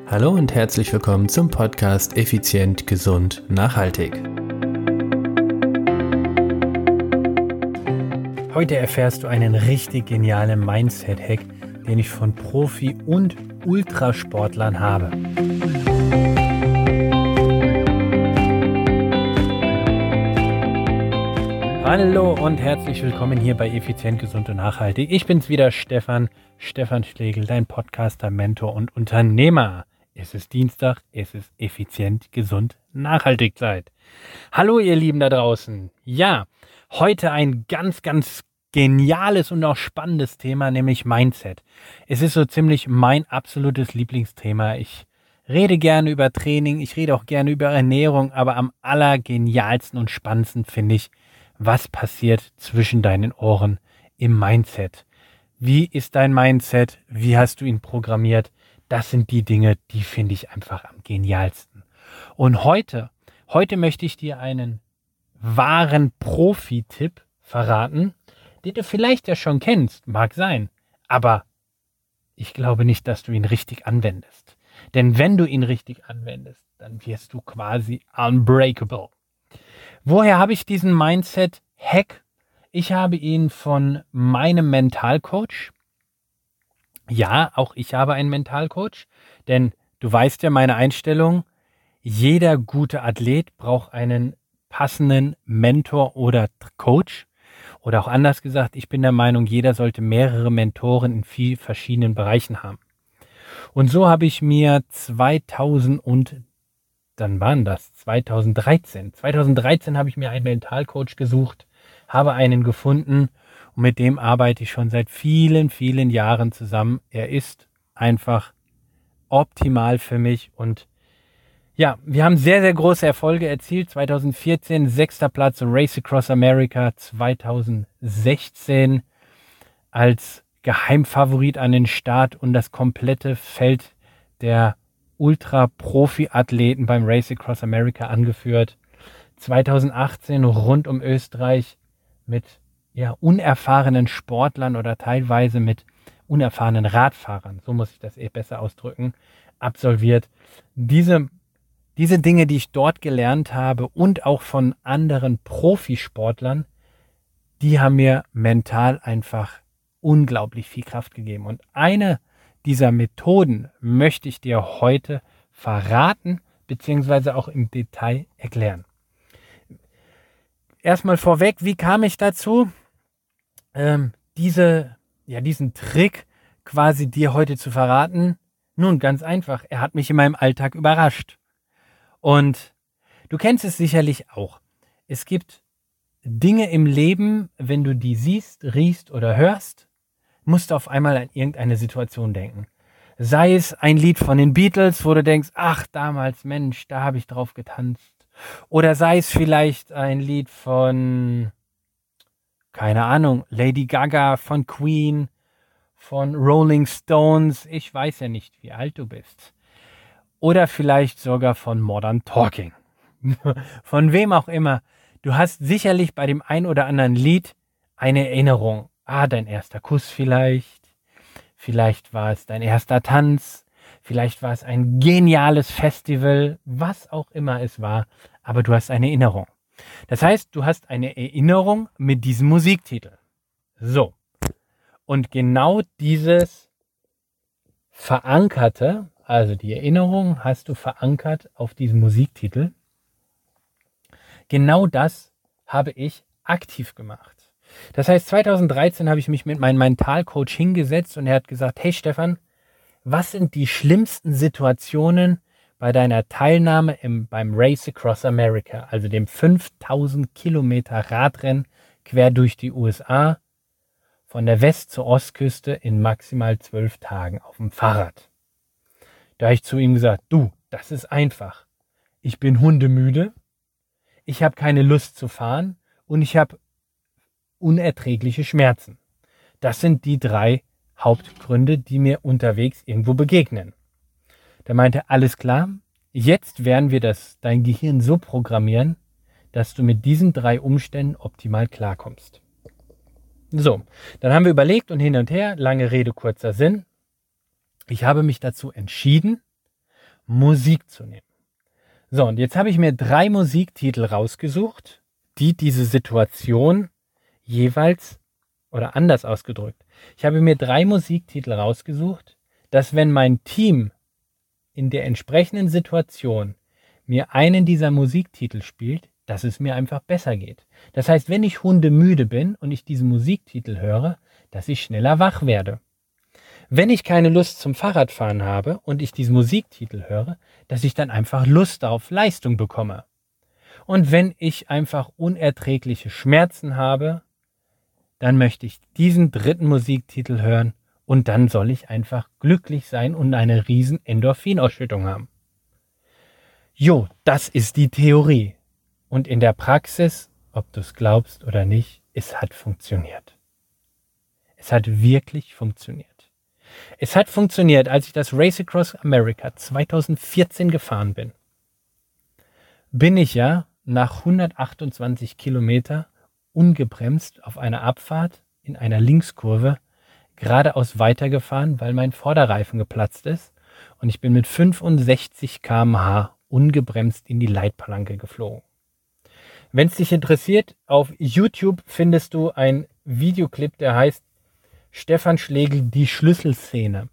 Hallo und herzlich willkommen zum Podcast Effizient, Gesund, Nachhaltig. Heute erfährst du einen richtig genialen Mindset-Hack, den ich von Profi- und Ultrasportlern habe. Hallo und herzlich willkommen hier bei Effizient, Gesund und Nachhaltig. Ich bin's wieder, Stefan Schlegel, dein Podcaster, Mentor und Unternehmer. Es ist Dienstag, es ist effizient, gesund, nachhaltig Zeit. Hallo ihr Lieben da draußen. Ja, heute ein ganz geniales und auch spannendes Thema, nämlich Mindset. Es ist so ziemlich mein absolutes Lieblingsthema. Ich rede gerne über Training, ich rede auch gerne über Ernährung, aber am allergenialsten und spannendsten finde ich, was passiert zwischen deinen Ohren im Mindset. Wie ist dein Mindset? Wie hast du ihn programmiert? Das sind die Dinge, die finde ich einfach am genialsten. Und heute möchte ich dir einen wahren Profi-Tipp verraten, den du vielleicht ja schon kennst, mag sein, aber ich glaube nicht, dass du ihn richtig anwendest. Denn wenn du ihn richtig anwendest, dann wirst du quasi unbreakable. Woher habe ich diesen Mindset-Hack? Ich habe ihn von meinem Mentalcoach. Ja, auch ich habe einen Mentalcoach, denn du weißt ja meine Einstellung, jeder gute Athlet braucht einen passenden Mentor oder Coach. Oder auch anders gesagt, ich bin der Meinung, jeder sollte mehrere Mentoren in vielen verschiedenen Bereichen haben. Und so habe ich mir 2013 habe ich mir einen Mentalcoach gesucht, habe einen gefunden und mit dem arbeite ich schon seit vielen Jahren zusammen. Er ist einfach optimal für mich und ja, wir haben sehr große Erfolge erzielt. 2014 6. Platz Race Across America, 2016 als Geheimfavorit an den Start und das komplette Feld der Ultra-Profi-Athleten beim Race Across America angeführt. 2018 rund um Österreich mit unerfahrenen Sportlern oder teilweise mit unerfahrenen Radfahrern, so muss ich das besser ausdrücken, absolviert. Diese Dinge, die ich dort gelernt habe und auch von anderen Profisportlern, die haben mir mental einfach unglaublich viel Kraft gegeben. Und eine dieser Methoden möchte ich dir heute verraten, beziehungsweise auch im Detail erklären. Erstmal vorweg, wie kam ich dazu, diesen Trick quasi dir heute zu verraten? Nun, ganz einfach, er hat mich in meinem Alltag überrascht. Und du kennst es sicherlich auch. Es gibt Dinge im Leben, wenn du die siehst, riechst oder hörst, musst du auf einmal an irgendeine Situation denken. Sei es ein Lied von den Beatles, wo du denkst, ach damals, Mensch, da habe ich drauf getanzt. Oder sei es vielleicht ein Lied von, keine Ahnung, Lady Gaga, von Queen, von Rolling Stones. Ich weiß ja nicht, wie alt du bist. Oder vielleicht sogar von Modern Talking. Von wem auch immer. Du hast sicherlich bei dem ein oder anderen Lied eine Erinnerung. Dein erster Kuss vielleicht. Vielleicht war es dein erster Tanz. Vielleicht war es ein geniales Festival. Was auch immer es war. Aber du hast eine Erinnerung. Das heißt, du hast eine Erinnerung mit diesem Musiktitel. So. Und genau dieses Verankerte, also die Erinnerung hast du verankert auf diesem Musiktitel. Genau das habe ich aktiv gemacht. Das heißt, 2013 habe ich mich mit meinem Mentalcoach hingesetzt und er hat gesagt, hey Stefan, was sind die schlimmsten Situationen bei deiner Teilnahme beim Race Across America, also dem 5000 Kilometer Radrennen quer durch die USA, von der West- zur Ostküste in maximal 12 Tagen auf dem Fahrrad. Da habe ich zu ihm gesagt, du, das ist einfach. Ich bin hundemüde, ich habe keine Lust zu fahren und ich habe unerträgliche Schmerzen. Das sind die 3 Hauptgründe, die mir unterwegs irgendwo begegnen. Da meinte, alles klar, jetzt werden wir dein Gehirn so programmieren, dass du mit diesen 3 Umständen optimal klarkommst. So, dann haben wir überlegt und hin und her, lange Rede, kurzer Sinn. Ich habe mich dazu entschieden, Musik zu nehmen. So, und jetzt habe ich mir 3 Musiktitel rausgesucht, die diese Situation jeweils, oder anders ausgedrückt, ich habe mir 3 Musiktitel rausgesucht, dass wenn mein Team in der entsprechenden Situation mir einen dieser Musiktitel spielt, dass es mir einfach besser geht. Das heißt, wenn ich hundemüde bin und ich diesen Musiktitel höre, dass ich schneller wach werde. Wenn ich keine Lust zum Fahrradfahren habe und ich diesen Musiktitel höre, dass ich dann einfach Lust auf Leistung bekomme. Und wenn ich einfach unerträgliche Schmerzen habe, dann möchte ich diesen 3. Musiktitel hören und dann soll ich einfach glücklich sein und eine riesen Endorphinausschüttung haben. Jo, das ist die Theorie. Und in der Praxis, ob du es glaubst oder nicht, es hat funktioniert. Es hat wirklich funktioniert. Es hat funktioniert, als ich das Race Across America 2014 gefahren bin. Bin ich ja nach 128 Kilometer ungebremst auf einer Abfahrt in einer Linkskurve geradeaus weitergefahren, weil mein Vorderreifen geplatzt ist und ich bin mit 65 km/h ungebremst in die Leitplanke geflogen. Wenn es dich interessiert, auf YouTube findest du einen Videoclip, der heißt Stefan Schlegel, die Schlüsselszene.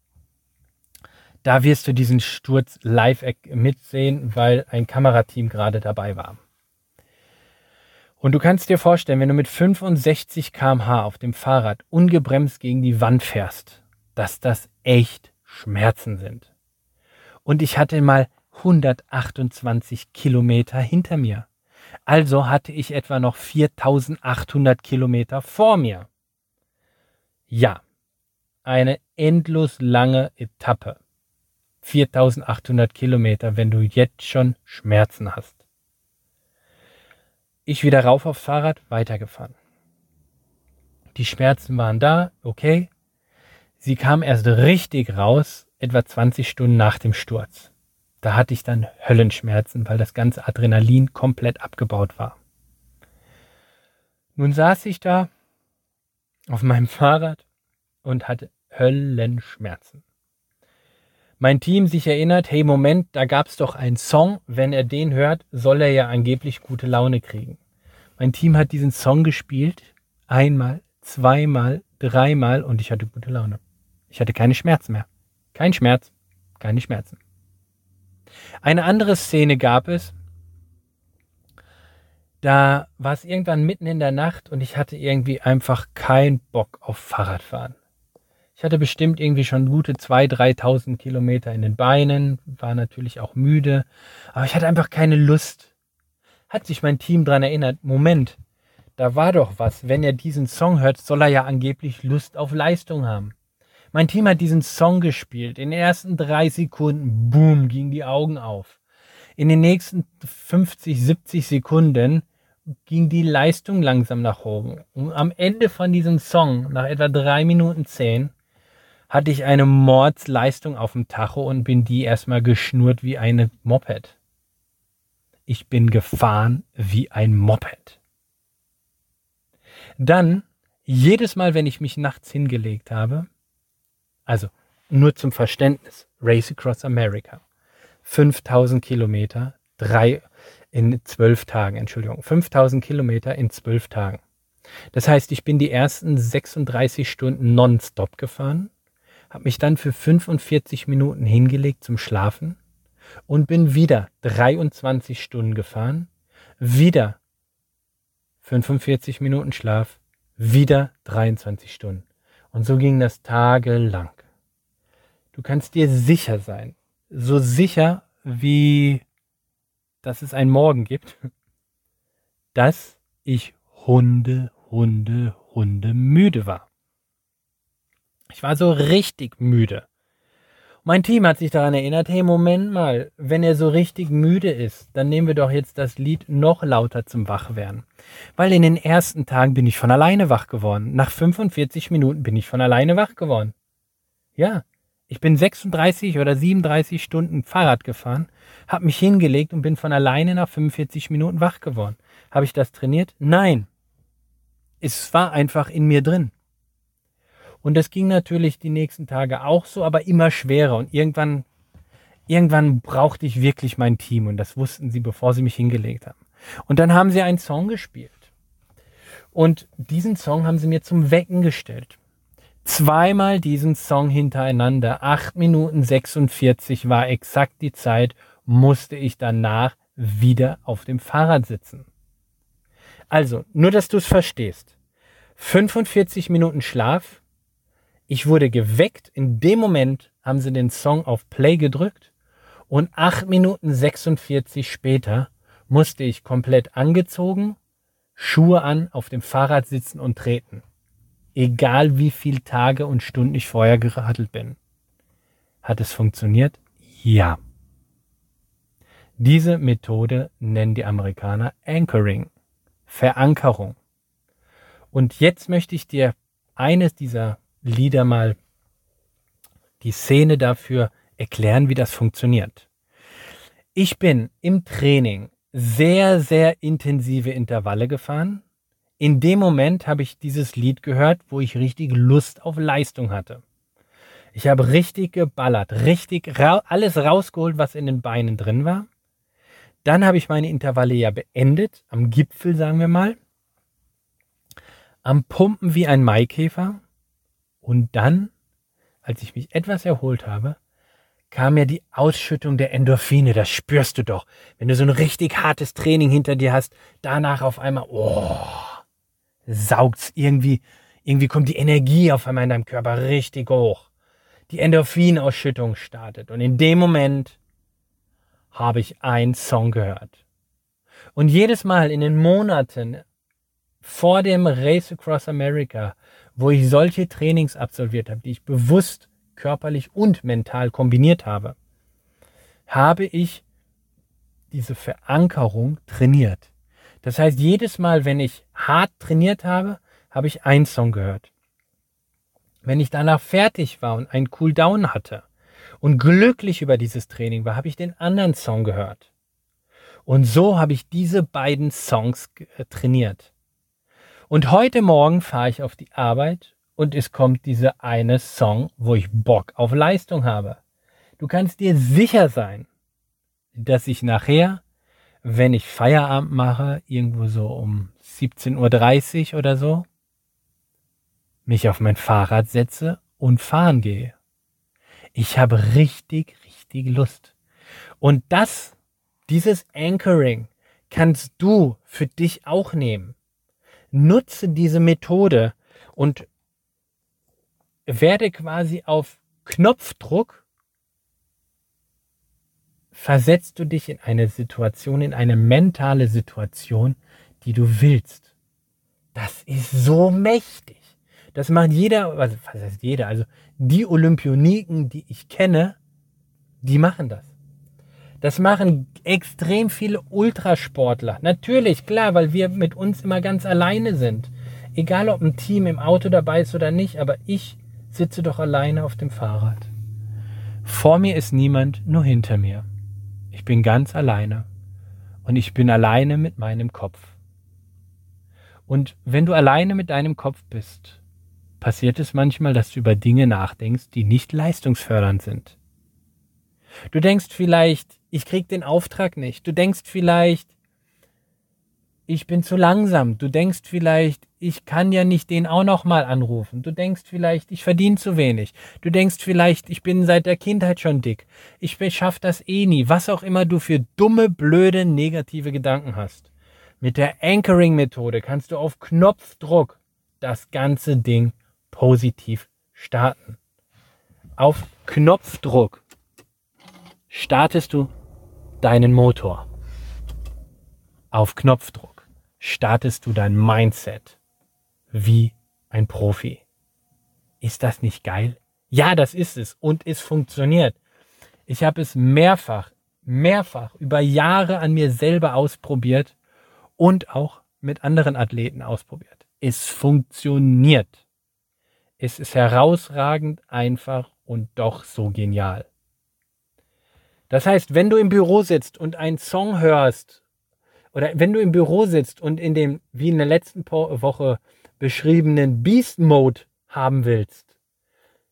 Da wirst du diesen Sturz live mitsehen, weil ein Kamerateam gerade dabei war. Und du kannst dir vorstellen, wenn du mit 65 km/h auf dem Fahrrad ungebremst gegen die Wand fährst, dass das echt Schmerzen sind. Und ich hatte mal 128 Kilometer hinter mir. Also hatte ich etwa noch 4.800 Kilometer vor mir. Ja, eine endlos lange Etappe. 4.800 Kilometer, wenn du jetzt schon Schmerzen hast. Ich wieder rauf aufs Fahrrad, weitergefahren. Die Schmerzen waren da, okay. Sie kamen erst richtig raus, etwa 20 Stunden nach dem Sturz. Da hatte ich dann Höllenschmerzen, weil das ganze Adrenalin komplett abgebaut war. Nun saß ich da auf meinem Fahrrad und hatte Höllenschmerzen. Mein Team sich erinnert, hey Moment, da gab es doch einen Song, wenn er den hört, soll er ja angeblich gute Laune kriegen. Mein Team hat diesen Song gespielt, einmal, zweimal, dreimal und ich hatte gute Laune. Ich hatte keine Schmerzen mehr. Kein Schmerz, keine Schmerzen. Eine andere Szene gab es, da war es irgendwann mitten in der Nacht und ich hatte irgendwie einfach keinen Bock auf Fahrradfahren. Ich hatte bestimmt irgendwie schon gute 2.000, 3.000 Kilometer in den Beinen, war natürlich auch müde, aber ich hatte einfach keine Lust. Hat sich mein Team daran erinnert, Moment, da war doch was, wenn er diesen Song hört, soll er ja angeblich Lust auf Leistung haben. Mein Team hat diesen Song gespielt, in den ersten 3 Sekunden, boom, gingen die Augen auf. In den nächsten 50, 70 Sekunden ging die Leistung langsam nach oben. Und am Ende von diesem Song, nach etwa 3 Minuten 10, hatte ich eine Mordsleistung auf dem Tacho und bin die erstmal geschnurrt wie eine Moped. Ich bin gefahren wie ein Moped. Dann, jedes Mal, wenn ich mich nachts hingelegt habe, also nur zum Verständnis, Race Across America, 5.000 Kilometer, 5.000 Kilometer in 12 Tagen. Das heißt, ich bin die ersten 36 Stunden nonstop gefahren, habe mich dann für 45 Minuten hingelegt zum Schlafen und bin wieder 23 Stunden gefahren, wieder 45 Minuten Schlaf, wieder 23 Stunden. Und so ging das tagelang. Du kannst dir sicher sein, so sicher wie dass es einen Morgen gibt, dass ich hundemüde war. Ich war so richtig müde. Mein Team hat sich daran erinnert, hey, Moment mal, wenn er so richtig müde ist, dann nehmen wir doch jetzt das Lied noch lauter zum Wachwerden. Weil in den ersten Tagen bin ich von alleine wach geworden. Nach 45 Minuten bin ich von alleine wach geworden. Ja, ich bin 36 oder 37 Stunden Fahrrad gefahren, habe mich hingelegt und bin von alleine nach 45 Minuten wach geworden. Habe ich das trainiert? Nein. Es war einfach in mir drin. Und das ging natürlich die nächsten Tage auch so, aber immer schwerer. Und irgendwann irgendwann brauchte ich wirklich mein Team und das wussten sie, bevor sie mich hingelegt haben. Und dann haben sie einen Song gespielt. Und diesen Song haben sie mir zum Wecken gestellt. Zweimal diesen Song hintereinander, 8 Minuten 46 war exakt die Zeit, musste ich danach wieder auf dem Fahrrad sitzen. Also, nur dass du es verstehst. 45 Minuten Schlaf, ich wurde geweckt, in dem Moment haben sie den Song auf Play gedrückt und 8 Minuten 46 später musste ich komplett angezogen, Schuhe an, auf dem Fahrrad sitzen und treten. Egal wie viele Tage und Stunden ich vorher geradelt bin. Hat es funktioniert? Ja. Diese Methode nennen die Amerikaner Anchoring, Verankerung. Und jetzt möchte ich dir eines dieser Lieder mal die Szene dafür erklären, wie das funktioniert. Ich bin im Training sehr, sehr intensive Intervalle gefahren. In dem Moment habe ich dieses Lied gehört, wo ich richtig Lust auf Leistung hatte. Ich habe richtig geballert, alles rausgeholt, was in den Beinen drin war. Dann habe ich meine Intervalle ja beendet, am Gipfel sagen wir mal, am Pumpen wie ein Maikäfer. Und dann, als ich mich etwas erholt habe, kam ja die Ausschüttung der Endorphine. Das spürst du doch, wenn du so ein richtig hartes Training hinter dir hast. Danach auf einmal, saugt's irgendwie kommt die Energie auf einmal in deinem Körper richtig hoch. Die Endorphinausschüttung startet. Und in dem Moment habe ich einen Song gehört. Und jedes Mal in den Monaten vor dem Race Across America, wo ich solche Trainings absolviert habe, die ich bewusst körperlich und mental kombiniert habe, habe ich diese Verankerung trainiert. Das heißt, jedes Mal, wenn ich hart trainiert habe, habe ich einen Song gehört. Wenn ich danach fertig war und einen Cooldown hatte und glücklich über dieses Training war, habe ich den anderen Song gehört. Und so habe ich diese beiden Songs trainiert. Und heute Morgen fahre ich auf die Arbeit und es kommt dieser eine Song, wo ich Bock auf Leistung habe. Du kannst dir sicher sein, dass ich nachher, wenn ich Feierabend mache, irgendwo so um 17:30 Uhr oder so, mich auf mein Fahrrad setze und fahren gehe. Ich habe richtig Lust. Und dieses Anchoring kannst du für dich auch nehmen. Nutze diese Methode und werde quasi auf Knopfdruck, versetzt du dich in eine Situation, in eine mentale Situation, die du willst. Das ist so mächtig. Das macht jeder, also was heißt jeder, also die Olympioniken, die ich kenne, die machen das. Das machen extrem viele Ultrasportler. Natürlich, klar, weil wir mit uns immer ganz alleine sind. Egal, ob ein Team im Auto dabei ist oder nicht, aber ich sitze doch alleine auf dem Fahrrad. Vor mir ist niemand, nur hinter mir. Ich bin ganz alleine. Und ich bin alleine mit meinem Kopf. Und wenn du alleine mit deinem Kopf bist, passiert es manchmal, dass du über Dinge nachdenkst, die nicht leistungsfördernd sind. Du denkst vielleicht, ich krieg den Auftrag nicht. Du denkst vielleicht, ich bin zu langsam. Du denkst vielleicht, ich kann ja nicht den auch noch mal anrufen. Du denkst vielleicht, ich verdiene zu wenig. Du denkst vielleicht, ich bin seit der Kindheit schon dick. Ich schaffe das eh nie. Was auch immer du für dumme, blöde, negative Gedanken hast. Mit der Anchoring-Methode kannst du auf Knopfdruck das ganze Ding positiv starten. Auf Knopfdruck startest du deinen Motor. Auf Knopfdruck startest du dein Mindset wie ein Profi. Ist das nicht geil? Ja, das ist es und es funktioniert. Ich habe es mehrfach über Jahre an mir selber ausprobiert und auch mit anderen Athleten ausprobiert. Es funktioniert. Es ist herausragend einfach und doch so genial. Das heißt, wenn du im Büro sitzt und einen Song hörst, oder wenn du im Büro sitzt und in dem, wie in der letzten Woche beschriebenen Beast Mode haben willst,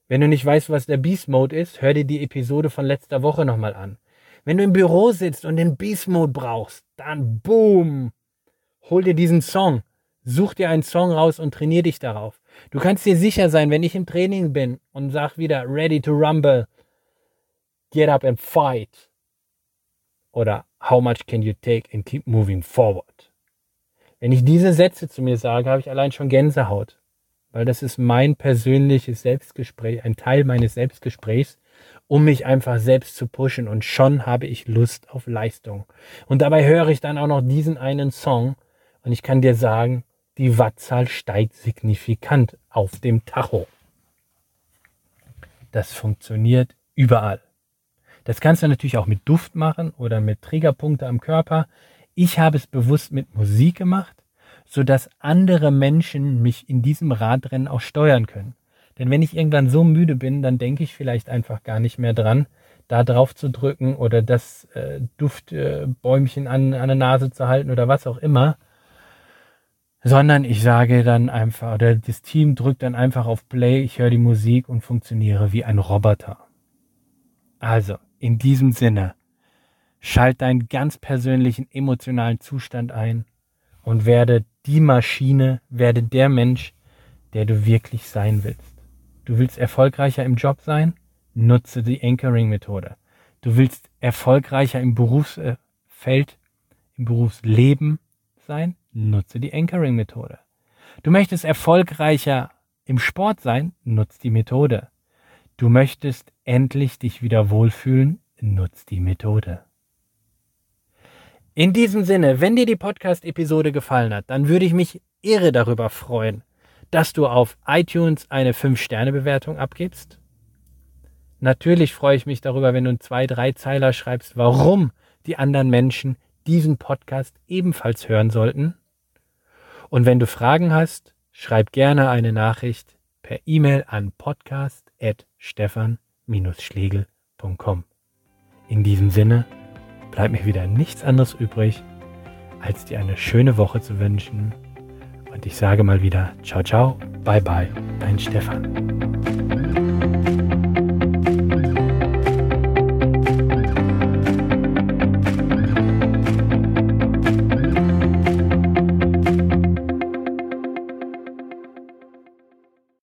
Wenn du nicht weißt, was der Beast Mode ist, hör dir die Episode von letzter Woche nochmal an. Wenn du im Büro sitzt und den Beast Mode brauchst, dann boom, hol dir diesen Song. Such dir einen Song raus und trainier dich darauf. Du kannst dir sicher sein, wenn ich im Training bin und sag wieder ready to rumble, get up and fight. Oder how much can you take and keep moving forward. Wenn ich diese Sätze zu mir sage, habe ich allein schon Gänsehaut. Weil das ist mein persönliches Selbstgespräch, ein Teil meines Selbstgesprächs, um mich einfach selbst zu pushen. Und schon habe ich Lust auf Leistung. Und dabei höre ich dann auch noch diesen einen Song. Und ich kann dir sagen, die Wattzahl steigt signifikant auf dem Tacho. Das funktioniert überall. Das kannst du natürlich auch mit Duft machen oder mit Triggerpunkte am Körper. Ich habe es bewusst mit Musik gemacht, sodass andere Menschen mich in diesem Radrennen auch steuern können. Denn wenn ich irgendwann so müde bin, dann denke ich vielleicht einfach gar nicht mehr dran, da drauf zu drücken oder das Duftbäumchen an der Nase zu halten oder was auch immer, sondern ich sage dann einfach, oder das Team drückt dann einfach auf Play, ich höre die Musik und funktioniere wie ein Roboter. Also, in diesem Sinne, schalt deinen ganz persönlichen emotionalen Zustand ein und werde die Maschine, werde der Mensch, der du wirklich sein willst. Du willst erfolgreicher im Job sein? Nutze die Anchoring-Methode. Du willst erfolgreicher im Berufsfeld, im Berufsleben sein? Nutze die Anchoring-Methode. Du möchtest erfolgreicher im Sport sein? Nutze die Methode. Du möchtest endlich dich wieder wohlfühlen? Nutze die Methode. In diesem Sinne, wenn dir die Podcast-Episode gefallen hat, dann würde ich mich irre darüber freuen, dass du auf iTunes eine 5-Sterne-Bewertung abgibst. Natürlich freue ich mich darüber, wenn du 2-3 Zeiler schreibst, warum die anderen Menschen diesen Podcast ebenfalls hören sollten. Und wenn du Fragen hast, schreib gerne eine Nachricht per E-Mail an podcast@stefan-schlegel.com. In diesem Sinne bleibt mir wieder nichts anderes übrig, als dir eine schöne Woche zu wünschen. Und ich sage mal wieder, ciao, ciao, bye, bye, dein Stefan.